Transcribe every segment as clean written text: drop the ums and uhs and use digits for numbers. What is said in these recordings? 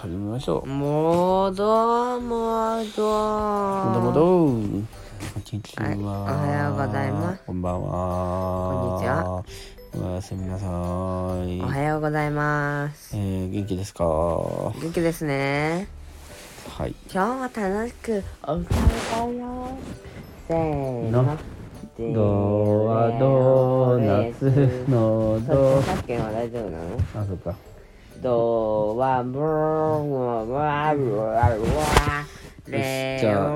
始めましょう。 もどもどこんにちは、 はい、おはようございます。 こんばんは。 こんにちは。 おやすみなさい。 おはようございます。 元気ですか？ 元気ですね。 はい。 今日は楽しくお歌うよ。せーの。 ドはドーナツのド。 さっきのは大丈夫なの？ あ、そっか。 ドはブーブーブーブーレじゃあ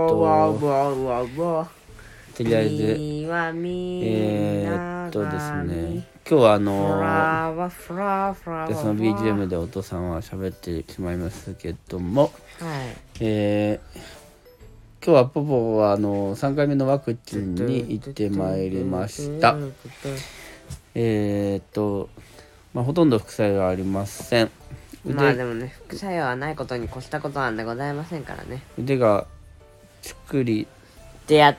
とりあえずですね、今日はその BGM でお父さんは喋ってしまいますけども、 はい、 今日はポポは3回目のワクチンに行ってまいりました。ほとんど副作用はありません。 まあでもね、副作用はないことに越したことなんでございませんからね。 腕がちっくりってやって、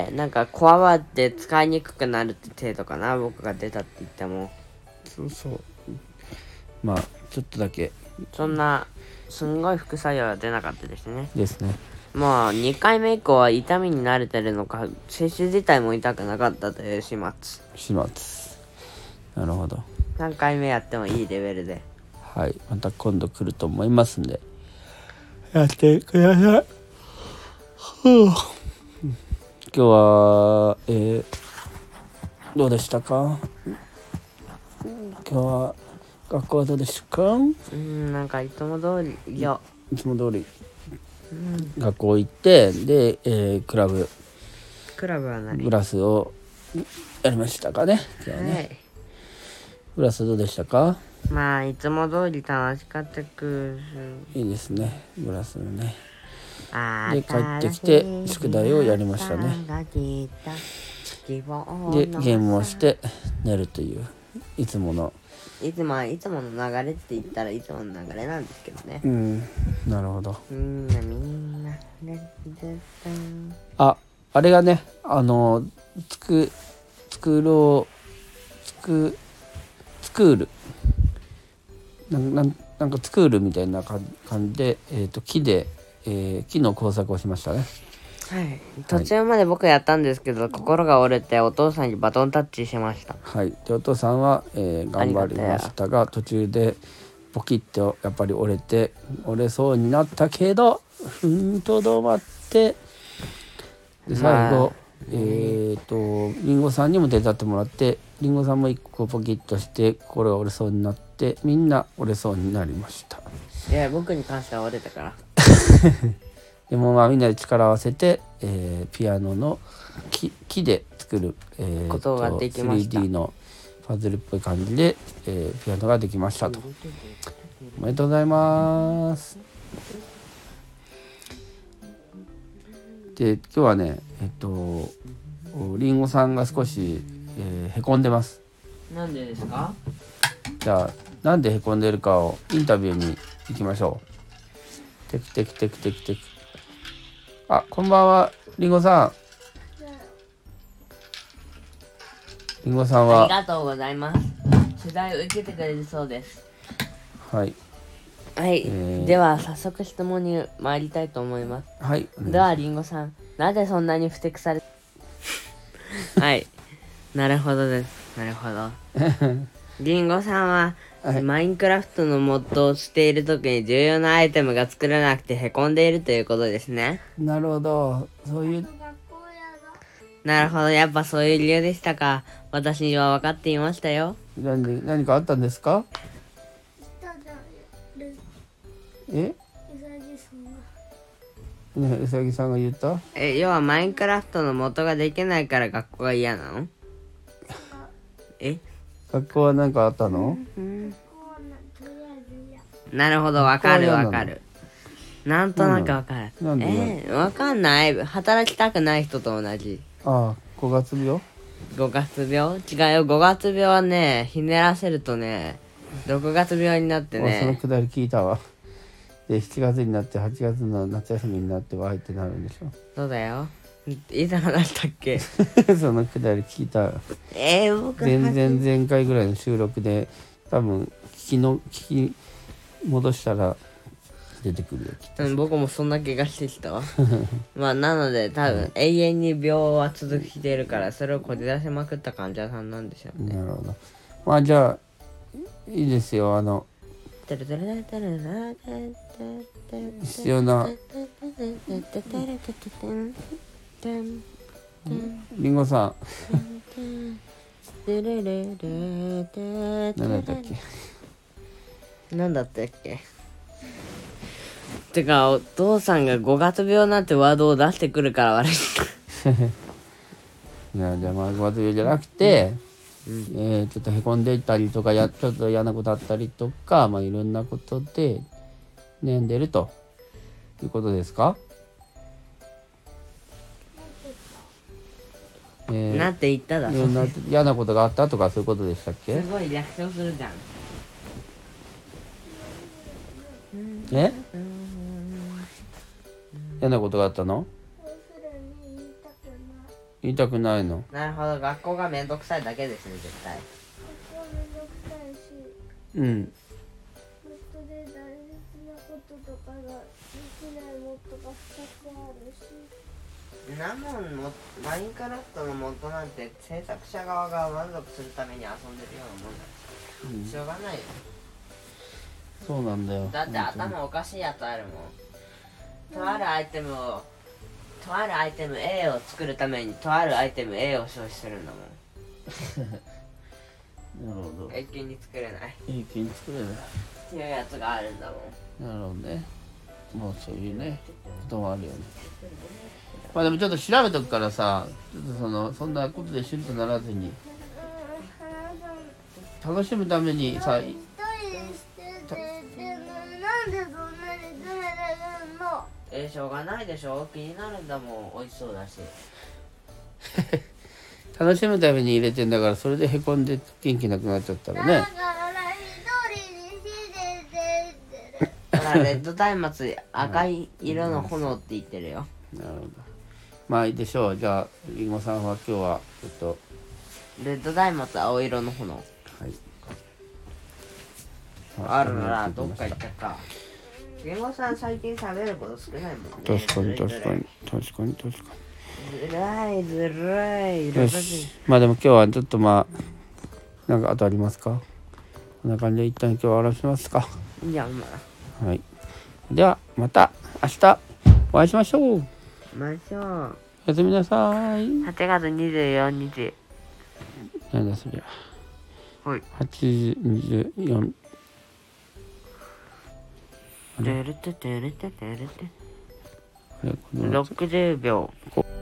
なんかこわばって使いにくくなるって程度かな、僕が出たって言っても。 そうまあちょっとだけそんなすんごい副作用は出なかったですね。 もう2回目以降は痛みに慣れてるのか、接種自体も痛くなかったという始末。 なるほど。 3回目やってもいいレベルで、 はい、また今度来ると思いますんでやってください。今日は、どうでしたか？今日は学校はどうでしたか？ なんかいつも通りよ。 いつも通り、学校行ってで、クラブは何？ ブラスをやりましたかね。今日はね、 はい、 ブラスどうでしたか？ まあいつも通り楽しかったくいいですね、ブラスのね。 で帰ってきて宿題をやりましたね。でゲームをして寝るといういつもの流れって言ったらいつもの流れなんですけどね。 なるほど。 みんなあれがね、スクールなんかスクールみたいな感じで、木の工作をしましたね。 はい、途中まで僕やったんですけど、心が折れてお父さんにバトンタッチしました。 はい。でお父さんは、頑張りましたが、途中でポキッとやっぱり折れそうになったけどとどまって、で最後、りんごさんにも手伝ってもらって、りんごさんも一個ポキッとしてこれが折れそうになって、みんな折れそうになりました。 いや、僕に関しては折れたからでもみんなで力を合わせて、ピアノの木で作る、 ことができました。 3D のパズルっぽい感じで、ピアノができましたと。おめでとうございます。で今日はねりんごさんが少し、へこんでます。 なんでですか？ じゃあなんでへこんでるかをインタビューに行きましょう。テクテクテクテクテク。あ、こんばんは、りんごさん。りんごさんはありがとうございます。取材を受けてくれるそうです。 はい、 では早速質問に参りたいと思います。 はい。 ではりんごさん、なぜそんなにふてくされはい、なるほどです。なるほどりんごさんは、マインクラフトのモッドをしている時に重要なアイテムが作れなくてへこんでいるということですね。 なるほど、そういう。 なるほど、やっぱそういう理由でしたか。私には分かっていましたよ。 何かあったんですか？ね、うさぎさんが言った？ 要はマインクラフトの元ができないから学校が嫌なの？ 学校は何かあったの？ なるほど、わかる。なんとなくわかる。 なんでわかんない。働きたくない人と同じ。 5月病？ 5月病？違うよ、5月病はね、ひねらせるとね、6月病になってね。 そのくだり聞いたわ。で7月になって8月の夏休みになってわーってなるんでしょ。 そうだよ。いつ話したっけそのくだり聞いた。 僕前回ぐらいの収録で多分聞き戻したら出てくるよきっと。 僕もそんな気がしてきたわまあなので多分永遠に病は続いているからそれをこじらせまくった患者さんなんでしょうね。 なるほど。まあじゃあいいですよ。必要なりんごさんなんだったっけてかお父さんが5月病なんてワードを出してくるから悪いいやじゃあまあ5月病じゃなくて、ちょっとへこんでいったりとかちょっと嫌なことあったりとか、まあいろんなことで悩んでるということですか？ なんて言っただいろんな嫌なことがあったとかそういうことでしたっけ？ すごい略称するじゃん。 嫌なことがあったの？言いたくないの？ なるほど、学校がめんどくさいだけですね、絶対。 うん。 ネットで大切なこととかができないもっとが2つあるし。 なもんもマインクラフトのモッドなんて制作者側が満足するために遊んでるようなもんだ、しょうがないよ。 そうなんだよ。 だって頭おかしいやつあるもん。とあるアイテム A を作るためにとあるアイテム A を消費するんだもんなるほど。 永久に作れない永久に作れないっていうやつがあるんだもん。 なるほどね。もうそういうねこともあるよね。まあでもちょっと調べとくからさ、ちょっとそんなことでシュンとならずに楽しむためにさ、 一人しててでもなんでそんなにずれるの？ しょうがないでしょ、気になるんだもん、美味しそうだし楽しむために入れてんだから、それでへこんで元気なくなっちゃったらね。 だから一人にしててだからレッド松明赤い色の炎って言ってるよ。 なるほど。まあいいでしょう。じゃありんごさんは今日はちょっとレッド松明青色の炎。 はい。 あるならどっか行っちゃった。りんごさん最近喋ること少ないもんね。 確かに。 ずらいよし。まあでも今日はちょっとまあなんかあとありますか？こんな感じで一旦今日は終わらせますか。 いやまあ。 はい。ではまた明日お会いしましょう。 おやすみなさい。 8月24日。 なんだそりゃ。 はい。 8時24。 60秒。